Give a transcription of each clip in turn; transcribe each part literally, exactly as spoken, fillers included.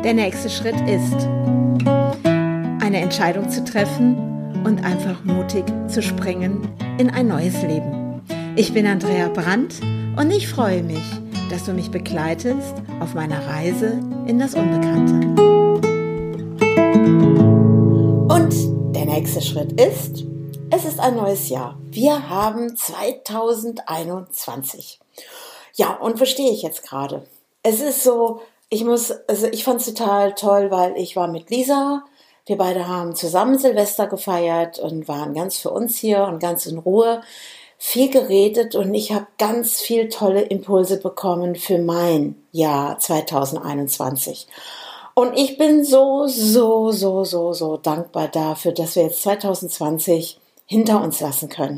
Der nächste Schritt ist, eine Entscheidung zu treffen und einfach mutig zu springen in ein neues Leben. Ich bin Andrea Brandt und ich freue mich, dass du mich begleitest auf meiner Reise in das Unbekannte. Und der nächste Schritt ist, es ist ein neues Jahr. Wir haben zweitausendeinundzwanzig. Ja, und wo stehe ich jetzt gerade? Es ist so, ich muss, also ich fand es total toll, weil ich war mit Lisa. Wir beide haben zusammen Silvester gefeiert und waren ganz für uns hier und ganz in Ruhe. Viel geredet und ich habe ganz viel tolle Impulse bekommen für mein Jahr zweitausendeinundzwanzig. Und ich bin so, so, so, so, so dankbar dafür, dass wir jetzt zweitausendzwanzig hinter uns lassen können.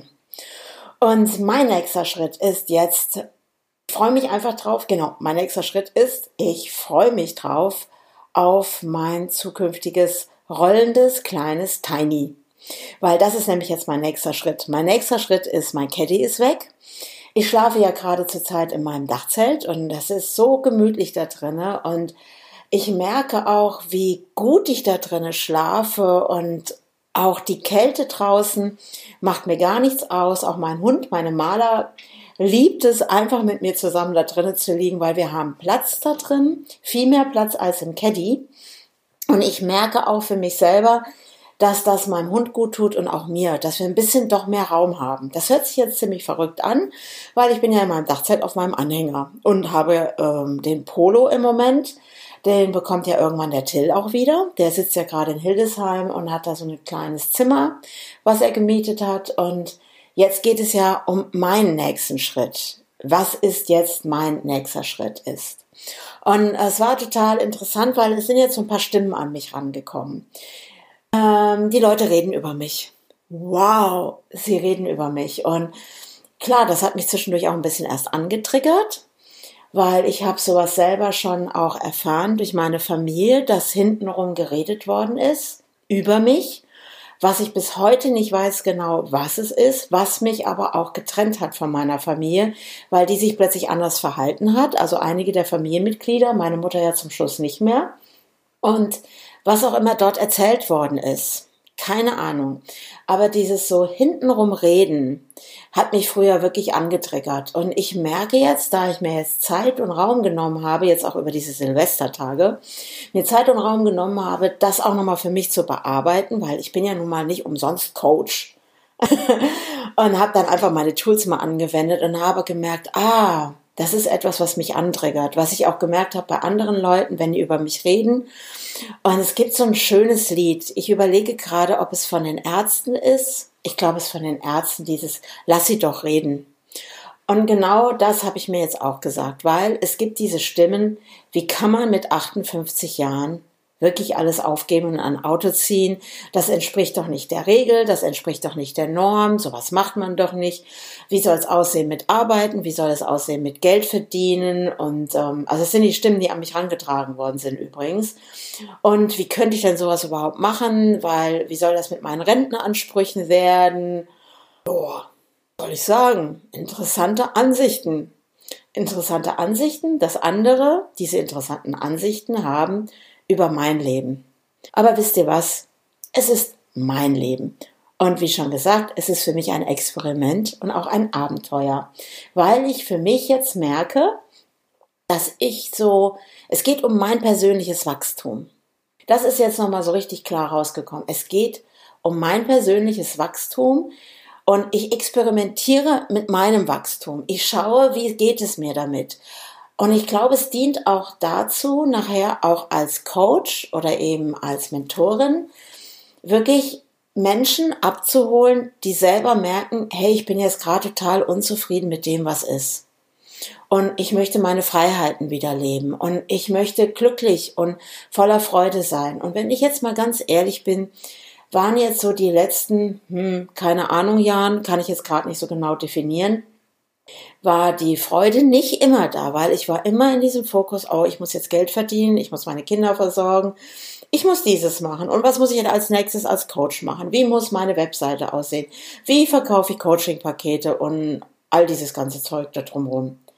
Und mein nächster Schritt ist jetzt, ich freue mich einfach drauf, genau, mein nächster Schritt ist, ich freue mich drauf auf mein zukünftiges rollendes, kleines Tiny. Weil das ist nämlich jetzt mein nächster Schritt. Mein nächster Schritt ist, mein Caddy ist weg. Ich schlafe ja gerade zur Zeit in meinem Dachzelt und das ist so gemütlich da drinne und ich merke auch, wie gut ich da drinne schlafe und auch die Kälte draußen macht mir gar nichts aus. Auch mein Hund, meine Mala, liebt es einfach mit mir zusammen da drinnen zu liegen, weil wir haben Platz da drin, viel mehr Platz als im Caddy. Und ich merke auch für mich selber, dass das meinem Hund gut tut und auch mir, dass wir ein bisschen doch mehr Raum haben. Das hört sich jetzt ziemlich verrückt an, weil ich bin ja in meinem Dachzelt auf meinem Anhänger und habe ähm, den Polo im Moment. Den bekommt ja irgendwann der Till auch wieder. Der sitzt ja gerade in Hildesheim und hat da so ein kleines Zimmer, was er gemietet hat. Und jetzt geht es ja um meinen nächsten Schritt. Was ist jetzt mein nächster Schritt ist? Und es war total interessant, weil es sind jetzt so ein paar Stimmen an mich rangekommen. Ähm, die Leute reden über mich. Wow, sie reden über mich. Und klar, das hat mich zwischendurch auch ein bisschen erst angetriggert, weil ich habe sowas selber schon auch erfahren durch meine Familie, dass hintenrum geredet worden ist über mich, was ich bis heute nicht weiß genau, was es ist, was mich aber auch getrennt hat von meiner Familie, weil die sich plötzlich anders verhalten hat. Also einige der Familienmitglieder, meine Mutter ja zum Schluss nicht mehr. Und was auch immer dort erzählt worden ist, keine Ahnung. Aber dieses so hintenrum Reden hat mich früher wirklich angetriggert. Und ich merke jetzt, da ich mir jetzt Zeit und Raum genommen habe, jetzt auch über diese Silvestertage, mir Zeit und Raum genommen habe, das auch nochmal für mich zu bearbeiten, weil ich bin ja nun mal nicht umsonst Coach. Und habe dann einfach meine Tools mal angewendet und habe gemerkt, ah, das ist etwas, was mich antriggert, was ich auch gemerkt habe bei anderen Leuten, wenn die über mich reden. Und es gibt so ein schönes Lied. Ich überlege gerade, ob es von den Ärzten ist. Ich glaube, es ist von den Ärzten, dieses Lass sie doch reden. Und genau das habe ich mir jetzt auch gesagt, weil es gibt diese Stimmen, wie kann man mit achtundfünfzig Jahren wirklich alles aufgeben und ein Auto ziehen, das entspricht doch nicht der Regel, das entspricht doch nicht der Norm, sowas macht man doch nicht. Wie soll es aussehen mit Arbeiten, wie soll es aussehen mit Geld verdienen und ähm, also es sind die Stimmen, die an mich herangetragen worden sind übrigens. Und wie könnte ich denn sowas überhaupt machen, weil wie soll das mit meinen Rentenansprüchen werden? Boah, soll ich sagen, interessante Ansichten. Interessante Ansichten, dass andere diese interessanten Ansichten haben über mein Leben. Aber wisst ihr was? Es ist mein Leben. Und wie schon gesagt, es ist für mich ein Experiment und auch ein Abenteuer, weil ich für mich jetzt merke, dass ich so, es geht um mein persönliches Wachstum. Das ist jetzt nochmal so richtig klar rausgekommen. Es geht um mein persönliches Wachstum und ich experimentiere mit meinem Wachstum. Ich schaue, wie geht es mir damit. Und ich glaube, es dient auch dazu, nachher auch als Coach oder eben als Mentorin, wirklich Menschen abzuholen, die selber merken, hey, ich bin jetzt gerade total unzufrieden mit dem, was ist. Und ich möchte meine Freiheiten wieder leben. Und ich möchte glücklich und voller Freude sein. Und wenn ich jetzt mal ganz ehrlich bin, waren jetzt so die letzten, hm, keine Ahnung, Jahren, kann ich jetzt gerade nicht so genau definieren, war die Freude nicht immer da, weil ich war immer in diesem Fokus, oh, ich muss jetzt Geld verdienen, ich muss meine Kinder versorgen, ich muss dieses machen und was muss ich denn als nächstes als Coach machen, wie muss meine Webseite aussehen, wie verkaufe ich Coaching-Pakete und all dieses ganze Zeug da drumherum.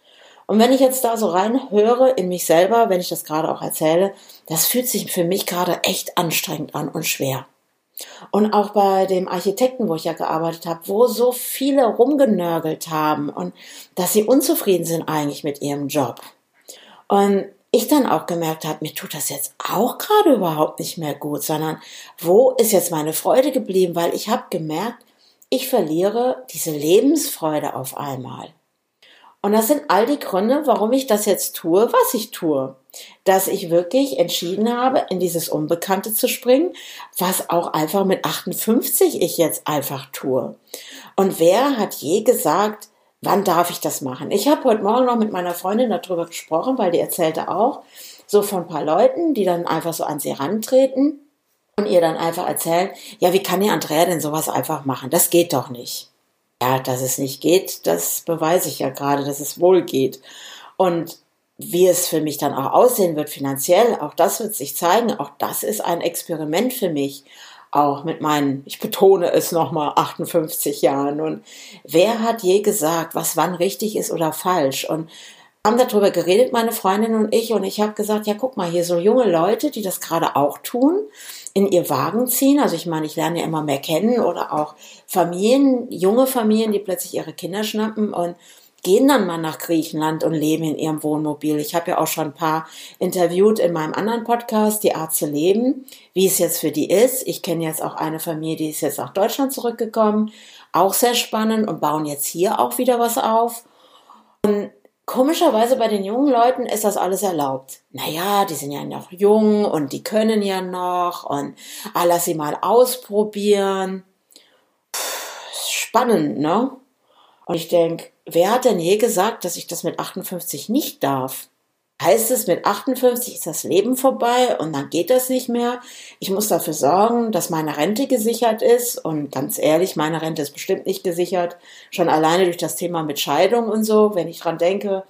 Und wenn ich jetzt da so reinhöre in mich selber, wenn ich das gerade auch erzähle, das fühlt sich für mich gerade echt anstrengend an und schwer. Und auch bei dem Architekten, wo ich ja gearbeitet habe, wo so viele rumgenörgelt haben und dass sie unzufrieden sind eigentlich mit ihrem Job. Und ich dann auch gemerkt habe, mir tut das jetzt auch gerade überhaupt nicht mehr gut, sondern wo ist jetzt meine Freude geblieben? Weil ich habe gemerkt, ich verliere diese Lebensfreude auf einmal. Und das sind all die Gründe, warum ich das jetzt tue, was ich tue. Dass ich wirklich entschieden habe, in dieses Unbekannte zu springen, was auch einfach mit achtundfünfzig ich jetzt einfach tue. Und wer hat je gesagt, wann darf ich das machen? Ich habe heute Morgen noch mit meiner Freundin darüber gesprochen, weil die erzählte auch so von ein paar Leuten, die dann einfach so an sie rantreten und ihr dann einfach erzählen, ja, wie kann die Andrea denn sowas einfach machen? Das geht doch nicht. Ja, dass es nicht geht, das beweise ich ja gerade, dass es wohl geht. Und wie es für mich dann auch aussehen wird finanziell, auch das wird sich zeigen. Auch das ist ein Experiment für mich. Auch mit meinen, ich betone es nochmal, achtundfünfzig Jahren. Und wer hat je gesagt, was wann richtig ist oder falsch? Und haben darüber geredet, meine Freundin und ich, und ich habe gesagt, ja, guck mal, hier so junge Leute, die das gerade auch tun, in ihr Wagen ziehen. Also ich meine, ich lerne ja immer mehr kennen oder auch Familien, junge Familien, die plötzlich ihre Kinder schnappen und gehen dann mal nach Griechenland und leben in ihrem Wohnmobil. Ich habe ja auch schon ein paar interviewt in meinem anderen Podcast, Die Art zu leben, wie es jetzt für die ist. Ich kenne jetzt auch eine Familie, die ist jetzt nach Deutschland zurückgekommen, auch sehr spannend und bauen jetzt hier auch wieder was auf. Und komischerweise bei den jungen Leuten ist das alles erlaubt. Naja, die sind ja noch jung und die können ja noch und ah, lass sie mal ausprobieren. Pff, spannend, ne? Und ich denke, wer hat denn je gesagt, dass ich das mit achtundfünfzig nicht darf? Heißt es, mit achtundfünfzig ist das Leben vorbei und dann geht das nicht mehr? Ich muss dafür sorgen, dass meine Rente gesichert ist. Und ganz ehrlich, meine Rente ist bestimmt nicht gesichert. Schon alleine durch das Thema mit Scheidung und so. Wenn ich dran denke,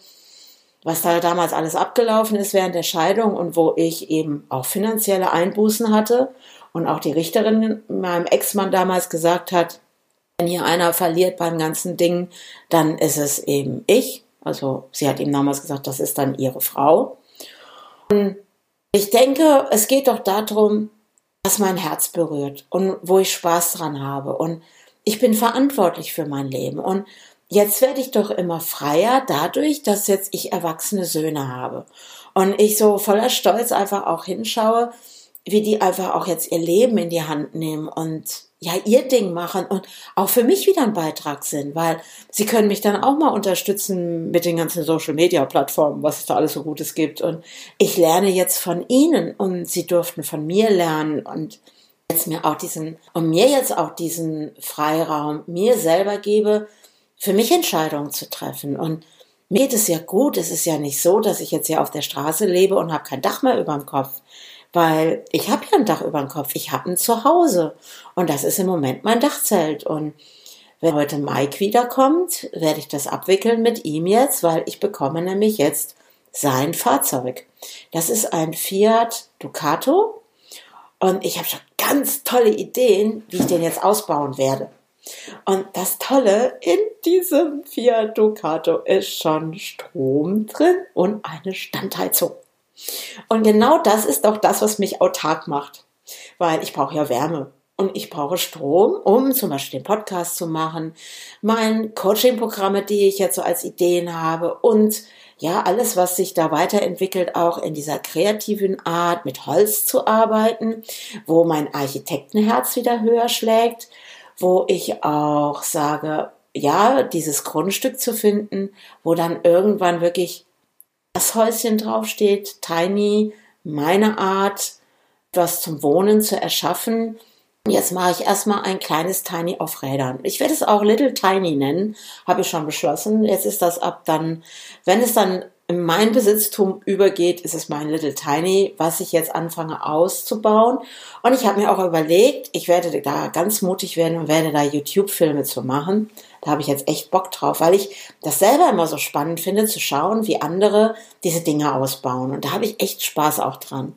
was da damals alles abgelaufen ist während der Scheidung und wo ich eben auch finanzielle Einbußen hatte. Und auch die Richterin meinem Ex-Mann damals gesagt hat, wenn hier einer verliert beim ganzen Ding, dann ist es eben ich. Also sie hat ihm damals gesagt, das ist dann ihre Frau. Und ich denke, es geht doch darum, was mein Herz berührt und wo ich Spaß dran habe. Und ich bin verantwortlich für mein Leben. Und jetzt werde ich doch immer freier dadurch, dass jetzt ich erwachsene Söhne habe. Und ich so voller Stolz einfach auch hinschaue, wie die einfach auch jetzt ihr Leben in die Hand nehmen und ja, ihr Ding machen und auch für mich wieder ein Beitrag sind, weil sie können mich dann auch mal unterstützen mit den ganzen Social-Media-Plattformen, was es da alles so Gutes gibt. Und ich lerne jetzt von ihnen und sie durften von mir lernen und jetzt mir auch diesen, und mir jetzt auch diesen Freiraum mir selber gebe, für mich Entscheidungen zu treffen. Und mir geht es ja gut. Es ist ja nicht so, dass ich jetzt hier auf der Straße lebe und habe kein Dach mehr über dem Kopf. Weil ich habe ja ein Dach über dem Kopf, ich habe ein Zuhause und das ist im Moment mein Dachzelt. Und wenn heute Mike wiederkommt, werde ich das abwickeln mit ihm jetzt, weil ich bekomme nämlich jetzt sein Fahrzeug. Das ist ein Fiat Ducato und ich habe schon ganz tolle Ideen, wie ich den jetzt ausbauen werde. Und das Tolle, in diesem Fiat Ducato ist schon Strom drin und eine Standheizung. Und genau das ist auch das, was mich autark macht, weil ich brauche ja Wärme und ich brauche Strom, um zum Beispiel den Podcast zu machen, mein Coaching-Programme, die ich jetzt so als Ideen habe und ja, alles, was sich da weiterentwickelt, auch in dieser kreativen Art mit Holz zu arbeiten, wo mein Architektenherz wieder höher schlägt, wo ich auch sage, ja, dieses Grundstück zu finden, wo dann irgendwann wirklich das Häuschen draufsteht, Tiny, meine Art, was zum Wohnen zu erschaffen. Jetzt mache ich erstmal ein kleines Tiny auf Rädern. Ich werde es auch Little Tiny nennen, habe ich schon beschlossen. Jetzt ist das ab dann, wenn es dann in mein Besitztum übergeht, ist es mein Little Tiny, was ich jetzt anfange auszubauen. Und ich habe mir auch überlegt, ich werde da ganz mutig werden und werde da YouTube-Filme zu machen. Da habe ich jetzt echt Bock drauf, weil ich das selber immer so spannend finde, zu schauen, wie andere diese Dinge ausbauen. Und da habe ich echt Spaß auch dran.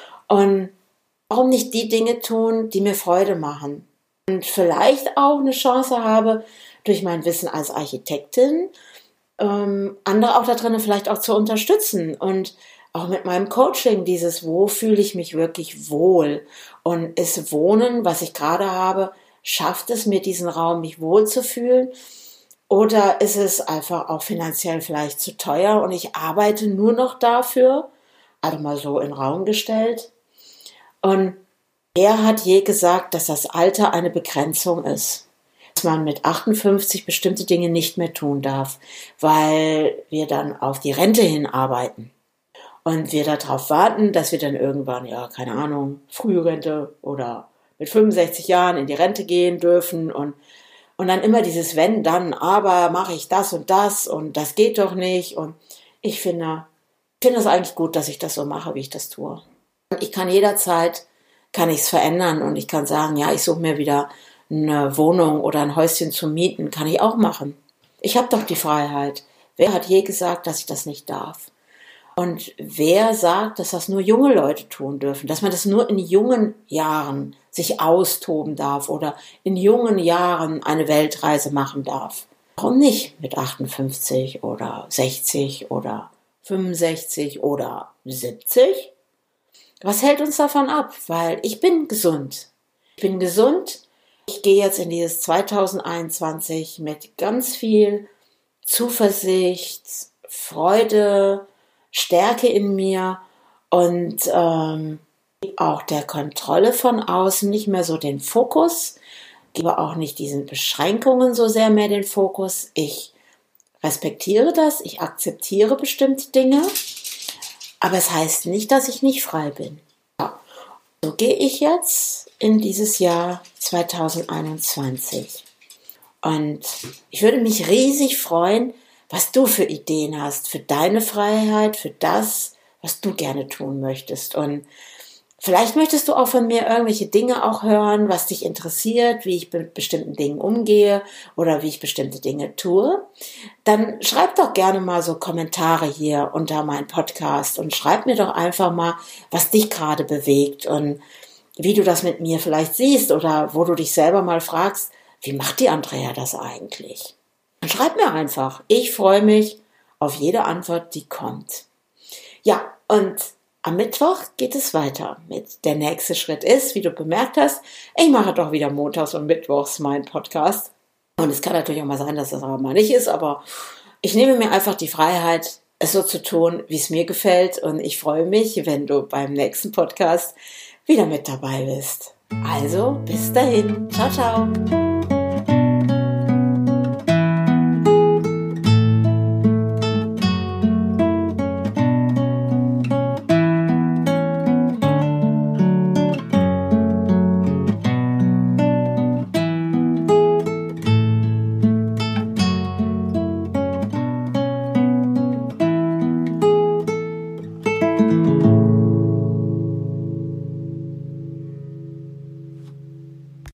Und warum nicht die Dinge tun, die mir Freude machen? Und vielleicht auch eine Chance habe, durch mein Wissen als Architektin ähm, andere auch da drin vielleicht auch zu unterstützen und auch mit meinem Coaching dieses, wo fühle ich mich wirklich wohl und ist Wohnen, was ich gerade habe, schafft es mir diesen Raum, mich wohl zu fühlen oder ist es einfach auch finanziell vielleicht zu teuer und ich arbeite nur noch dafür, also mal so in den Raum gestellt. Und er hat je gesagt, dass das Alter eine Begrenzung ist. Dass man mit achtundfünfzig bestimmte Dinge nicht mehr tun darf, weil wir dann auf die Rente hinarbeiten. Und wir darauf warten, dass wir dann irgendwann, ja, keine Ahnung, Frührente oder mit fünfundsechzig Jahren in die Rente gehen dürfen. Und, und dann immer dieses Wenn, dann, aber mache ich das und das und das geht doch nicht. Und ich finde, ich finde es eigentlich gut, dass ich das so mache, wie ich das tue. Ich kann jederzeit, kann ich es verändern und ich kann sagen, ja, ich suche mir wieder eine Wohnung oder ein Häuschen zu mieten, kann ich auch machen. Ich habe doch die Freiheit. Wer hat je gesagt, dass ich das nicht darf? Und wer sagt, dass das nur junge Leute tun dürfen, dass man das nur in jungen Jahren sich austoben darf oder in jungen Jahren eine Weltreise machen darf? Warum nicht mit achtundfünfzig oder sechzig oder fünfundsechzig oder siebzig? Was hält uns davon ab? Weil ich bin gesund. Ich bin gesund. Ich gehe jetzt in dieses zweitausendeinundzwanzig mit ganz viel Zuversicht, Freude, Stärke in mir und ähm, auch der Kontrolle von außen nicht mehr so den Fokus, gebe auch nicht diesen Beschränkungen so sehr mehr den Fokus. Ich respektiere das, ich akzeptiere bestimmte Dinge, aber es heißt nicht, dass ich nicht frei bin. Ja. So gehe ich jetzt in dieses Jahr zweitausendeinundzwanzig. Und ich würde mich riesig freuen, was du für Ideen hast, für deine Freiheit, für das, was du gerne tun möchtest. Und vielleicht möchtest du auch von mir irgendwelche Dinge auch hören, was dich interessiert, wie ich mit bestimmten Dingen umgehe oder wie ich bestimmte Dinge tue. Dann schreib doch gerne mal so Kommentare hier unter meinen Podcast und schreib mir doch einfach mal, was dich gerade bewegt und wie du das mit mir vielleicht siehst oder wo du dich selber mal fragst, wie macht die Andrea das eigentlich? Dann schreib mir einfach. Ich freue mich auf jede Antwort, die kommt. Ja, und am Mittwoch geht es weiter mit der nächste Schritt ist, wie du bemerkt hast, ich mache doch wieder montags und mittwochs meinen Podcast. Und es kann natürlich auch mal sein, dass das aber mal nicht ist, aber ich nehme mir einfach die Freiheit, es so zu tun, wie es mir gefällt. Und ich freue mich, wenn du beim nächsten Podcast wieder mit dabei bist. Also, bis dahin. Ciao, ciao.